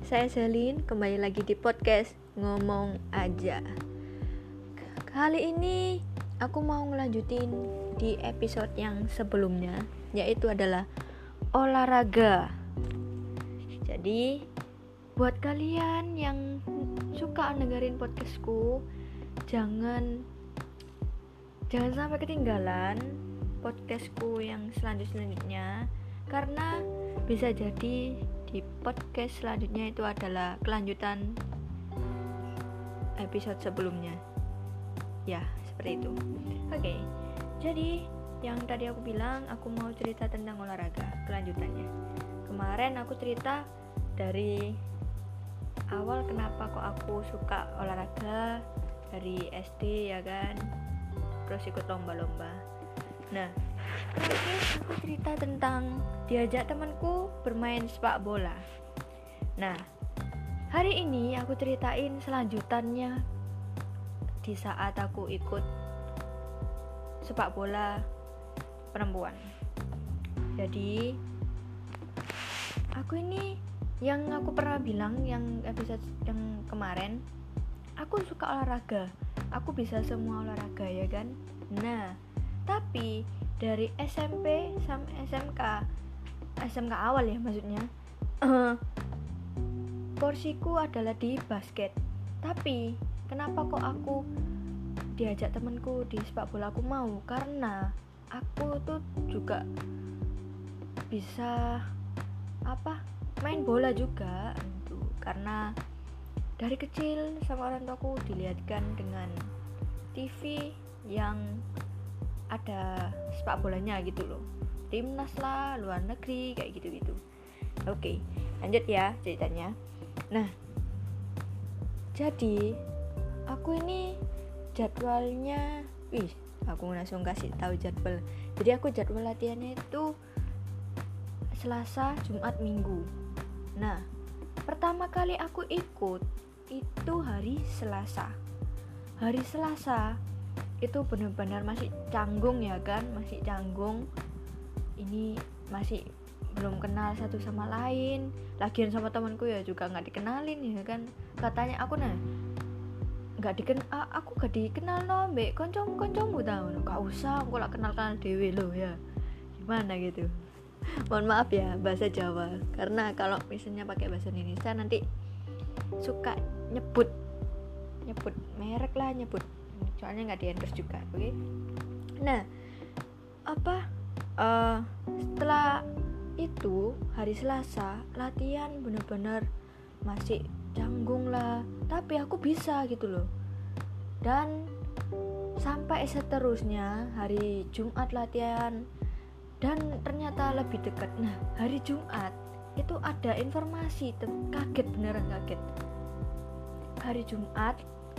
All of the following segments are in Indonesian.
saya Selin, kembali lagi di podcast Ngomong Aja. Kali ini aku mau ngelanjutin di episode yang sebelumnya, yaitu adalah olahraga. Jadi, buat kalian yang suka dengerin podcastku, jangan sampai ketinggalan podcastku yang selanjutnya, karena bisa jadi di podcast selanjutnya itu adalah kelanjutan episode sebelumnya. Ya, seperti itu. Oke. Jadi, yang tadi aku bilang aku mau cerita tentang olahraga, kelanjutannya. Kemarin aku cerita dari awal kenapa kok aku suka olahraga dari SD ya kan. Terus ikut lomba-lomba. Nah, terakhir aku cerita tentang diajak temanku bermain sepak bola. Nah, hari ini aku ceritain selanjutannya di saat aku ikut sepak bola perempuan. Jadi, aku ini yang aku pernah bilang yang episode yang kemarin, aku suka olahraga. Aku bisa semua olahraga ya kan. Nah, tapi dari SMP sampai SMK awal ya maksudnya, porsiku adalah di basket. Tapi kenapa kok aku diajak temanku di sepak bola aku mau? Karena aku tuh juga bisa main bola juga gitu. Karena dari kecil sama orang tuaku dilihatkan dengan TV yang ada sepak bolanya gitu loh, timnas lah, luar negeri kayak gitu-gitu. Oke, lanjut ya ceritanya. Nah, jadi aku ini jadwalnya, aku langsung kasih tahu jadwal. Jadi aku jadwal latihannya itu Selasa, Jumat, Minggu. Nah, pertama kali aku ikut itu hari Selasa. Hari Selasa itu benar-benar masih canggung ya kan, masih canggung. Ini masih belum kenal satu sama lain. Lagian sama temanku ya juga nggak dikenalin ya kan. Katanya aku aku gak dikenal no mbek koncomu tau. Gak usah, aku lah kenal dewe lo ya. Gimana gitu. Mohon maaf ya bahasa Jawa, karena kalau misalnya pakai bahasa Indonesia nanti suka nyebut merek lah, soalnya nggak di-endorse juga, oke? Nah, setelah itu hari Selasa latihan bener-bener masih canggung lah, tapi aku bisa gitu loh. Dan sampai seterusnya hari Jumat latihan, dan ternyata lebih dekat. Nah, hari Jumat itu ada informasi, beneran kaget. Hari Jumat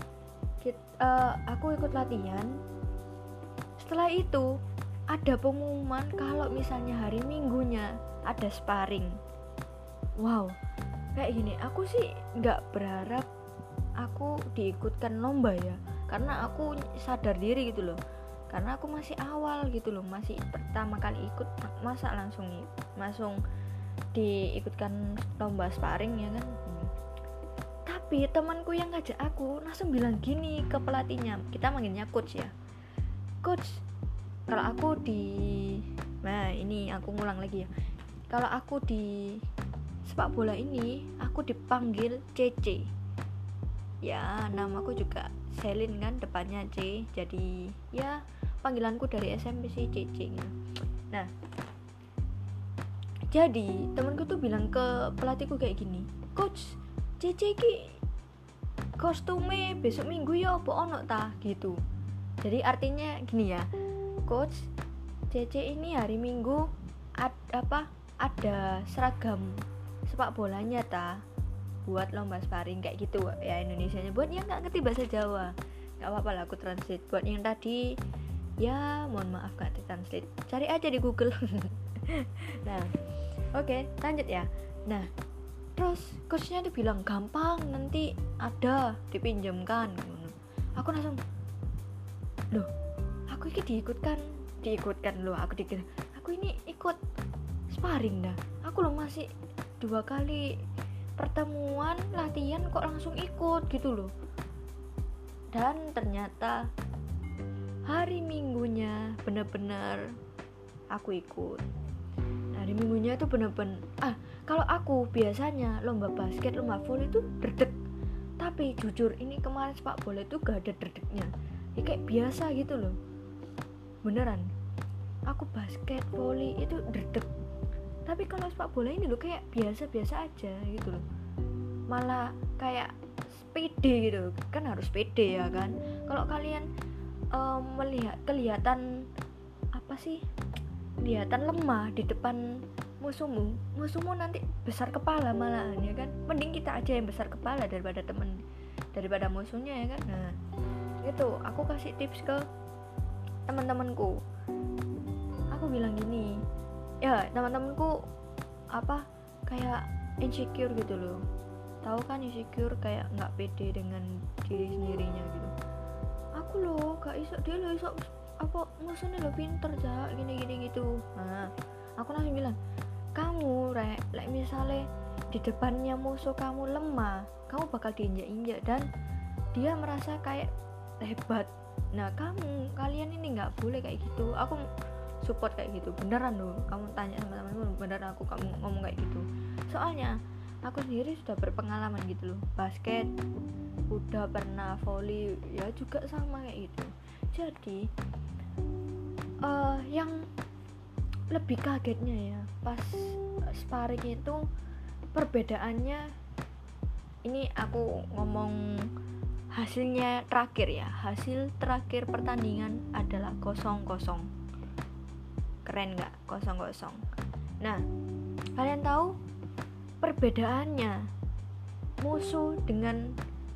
aku ikut latihan. Setelah itu ada pengumuman kalau misalnya hari Minggunya ada sparring. Wow, kayak gini. Aku sih nggak berharap aku diikutkan lomba ya, karena aku sadar diri gitu loh. Karena aku masih awal gitu loh, masih pertama kali ikut, masa langsung diikutkan lomba sparring ya kan. Tapi temanku yang ngajak aku langsung bilang gini ke pelatihnya, kita manggilnya coach ya. Coach, kalau aku ini aku ngulang lagi ya. Kalau aku di sepak bola ini, aku dipanggil CC. Ya, namaku juga Selin kan, depannya C. Jadi ya panggilanku dari SMP sih CC gitu. Nah, jadi temanku tuh bilang ke pelatihku kayak gini, coach, CC ki kostume besok Minggu ya apa ono ta gitu. Jadi artinya gini ya, coach, CC ini hari Minggu ada seragam sepak bolanya ta buat lomba sparring kayak gitu ya, Indonesianya. Buat yang nggak ngerti bahasa Jawa nggak apa-apa lah, aku translate. Buat yang tadi ya mohon maaf nggak translate, cari aja di Google. Nah, oke, lanjut ya. Nah, terus coachnya tuh bilang gampang, nanti ada dipinjamkan. Aku langsung, loh, aku ini diikutkan loh, aku ini ikut sparring dah. Aku loh masih 2 kali pertemuan latihan kok langsung ikut gitu loh. Dan ternyata hari Minggunya bener-bener aku ikut. Hari Minggunya itu bener-bener kalau aku biasanya lomba basket, lomba volley itu derdek. Tapi jujur ini kemarin sepak bola itu gak ada derdeknya. Ya kayak biasa gitu loh. Beneran. Aku basket, volley itu derdek. Tapi kalau sepak bola ini loh kayak biasa-biasa aja gitu loh. Malah kayak pede gitu. Kan harus pede ya kan. Kalau kalian kelihatan lemah di depan musuhmu nanti besar kepala malahan ya kan. Mending kita aja yang besar kepala daripada musuhnya ya kan. Nah itu aku kasih tips ke teman-temanku. Aku bilang gini, ya teman-temanku kayak insecure gitu loh. Tahu kan insecure, kayak nggak pede dengan diri sendirinya gitu. Aku loh gak iso, dia loh iso musuhnya lo pinter gini gitu. Nah aku langsung bilang, kamu misalnya di depannya musuh kamu lemah, kamu bakal diinjak-injak dan dia merasa kayak hebat. Nah kalian ini nggak boleh kayak gitu. Aku support kayak gitu, beneran loh. Kamu tanya sama temanmu, beneran kamu ngomong kayak gitu. Soalnya aku sendiri sudah berpengalaman gitu loh, basket udah pernah, volley ya juga sama kayak gitu. Jadi yang lebih kagetnya ya pas sparring itu perbedaannya, ini aku ngomong hasilnya terakhir ya. Hasil terakhir pertandingan adalah 0-0. Keren gak? 0-0. Nah kalian tahu perbedaannya musuh dengan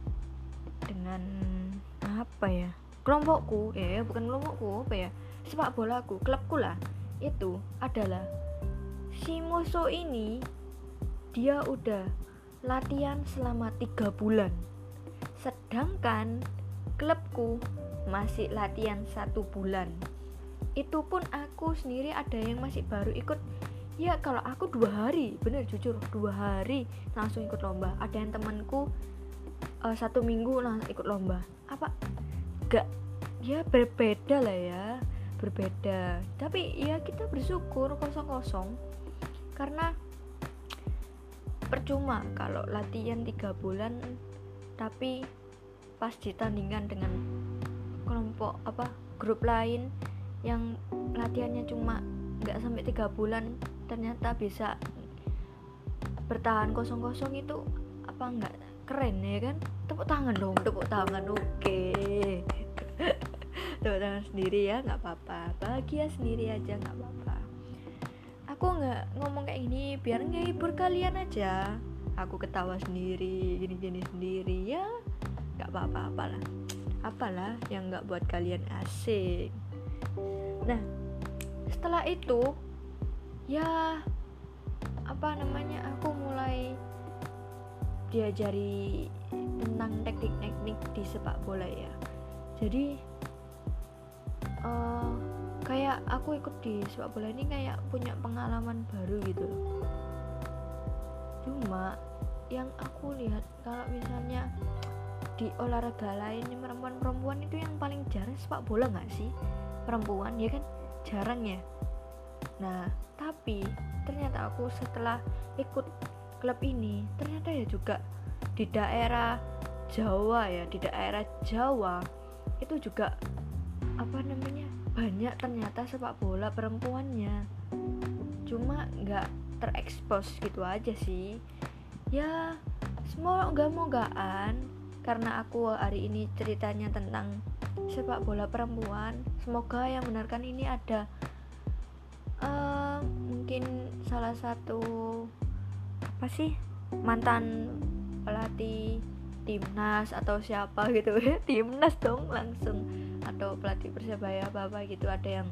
apa ya, kelompokku bukan kelompokku, sepak bolaku, klubku lah, itu adalah si musuh ini dia udah latihan selama 3 bulan, sedangkan klubku masih latihan 1 bulan. Itu pun aku sendiri ada yang masih baru ikut. Ya kalau aku 2 hari, bener jujur 2 hari langsung ikut lomba. Ada yang temanku 1 minggu langsung ikut lomba. Gak, ya berbeda lah ya, berbeda. Tapi ya kita bersyukur 0-0, karena percuma kalau latihan 3 bulan tapi pas ditandingkan dengan kelompok grup lain yang latihannya cuma gak sampai 3 bulan ternyata bisa bertahan 0-0, itu enggak keren ya kan? Tepuk tangan dong, tepuk tangan. Oke. Tepuk tangan sendiri ya, nggak apa-apa, bahagia sendiri aja nggak apa-apa. Aku nggak ngomong kayak gini biar ngehibur kalian aja. Aku ketawa sendiri, gini-gini sendiri ya, nggak apa-apa, apalah yang nggak buat kalian asik. Nah setelah itu ya aku mulai diajari tentang teknik-teknik di sepak bola ya. Jadi kayak aku ikut di sepak bola ini kayak punya pengalaman baru gitu loh. Cuma yang aku lihat kalau misalnya di olahraga lain, perempuan itu yang paling jarang sepak bola nggak sih? Perempuan ya kan jarang ya. Nah tapi ternyata aku setelah ikut klub ini, ternyata ya juga di daerah Jawa itu juga banyak ternyata sepak bola perempuannya. Cuma nggak terekspos gitu aja sih ya. Semoga-mogaan karena aku hari ini ceritanya tentang sepak bola perempuan, semoga yang mendengarkan ini ada mungkin salah satu mantan pelatih timnas atau siapa gitu ya, timnas dong langsung, atau pelatih Persebaya apa gitu, ada yang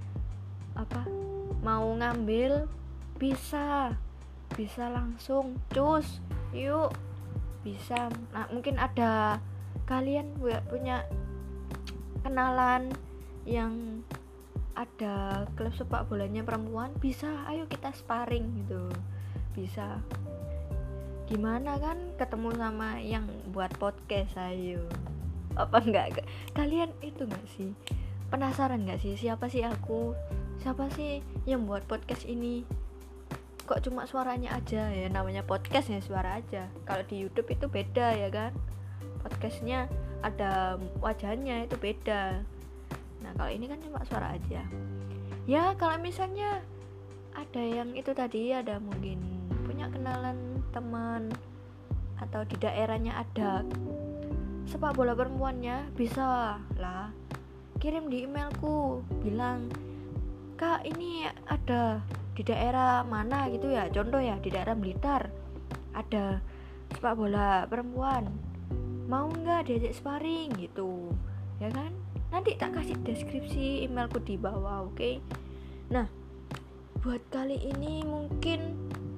mau ngambil, bisa langsung cus yuk, bisa. Nah mungkin ada kalian punya kenalan yang ada klub sepak bolanya perempuan, bisa, ayo kita sparring gitu, bisa. gimana kan ketemu sama yang buat podcast. Ayo, apa enggak kalian itu enggak sih penasaran enggak sih siapa sih yang buat podcast ini, kok cuma suaranya aja ya, namanya podcast ya suara aja. Kalau di YouTube itu beda ya kan, podcastnya ada wajahnya itu beda. Nah kalau ini kan cuma suara aja ya. Kalau misalnya ada yang itu tadi, ada mungkin punya kenalan teman atau di daerahnya ada sepak bola perempuannya, bisa lah kirim di emailku, bilang kak ini ada di daerah mana gitu ya, contoh ya di daerah Blitar ada sepak bola perempuan, mau nggak diajak sparring gitu ya kan. Nanti tak kasih deskripsi emailku di bawah, oke? Nah buat kali ini mungkin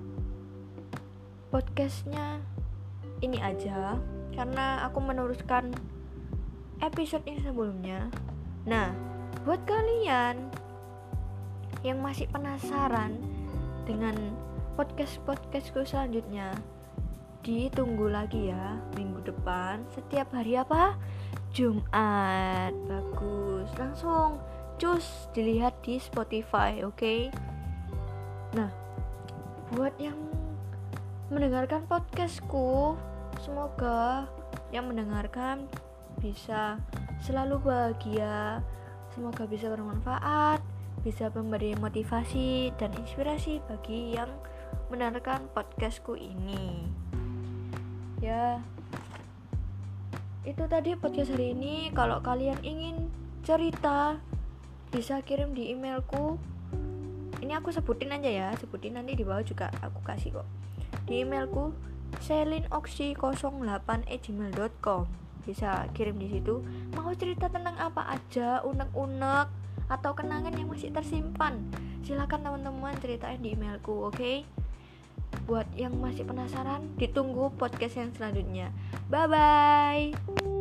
podcastnya ini aja, karena aku meneruskan episode yang sebelumnya. Nah buat kalian yang masih penasaran dengan podcastku selanjutnya, ditunggu lagi ya minggu depan, setiap hari apa? Jumat. Bagus, langsung cus dilihat di Spotify, oke? Nah buat yang mendengarkan podcastku, semoga yang mendengarkan bisa selalu bahagia, semoga bisa bermanfaat, bisa memberi motivasi dan inspirasi bagi yang mendengarkan podcastku ini. Ya, itu tadi podcast hari ini. Kalau kalian ingin cerita bisa kirim di emailku. Ini aku sebutin aja ya, sebutin nanti di bawah juga aku kasih kok. Di emailku selinoxy08@gmail.com. Bisa kirim di situ. Mau cerita tentang apa aja, unek-unek atau kenangan yang masih tersimpan, silakan teman-teman ceritain di emailku, oke? Buat yang masih penasaran, ditunggu podcast yang selanjutnya. Bye bye.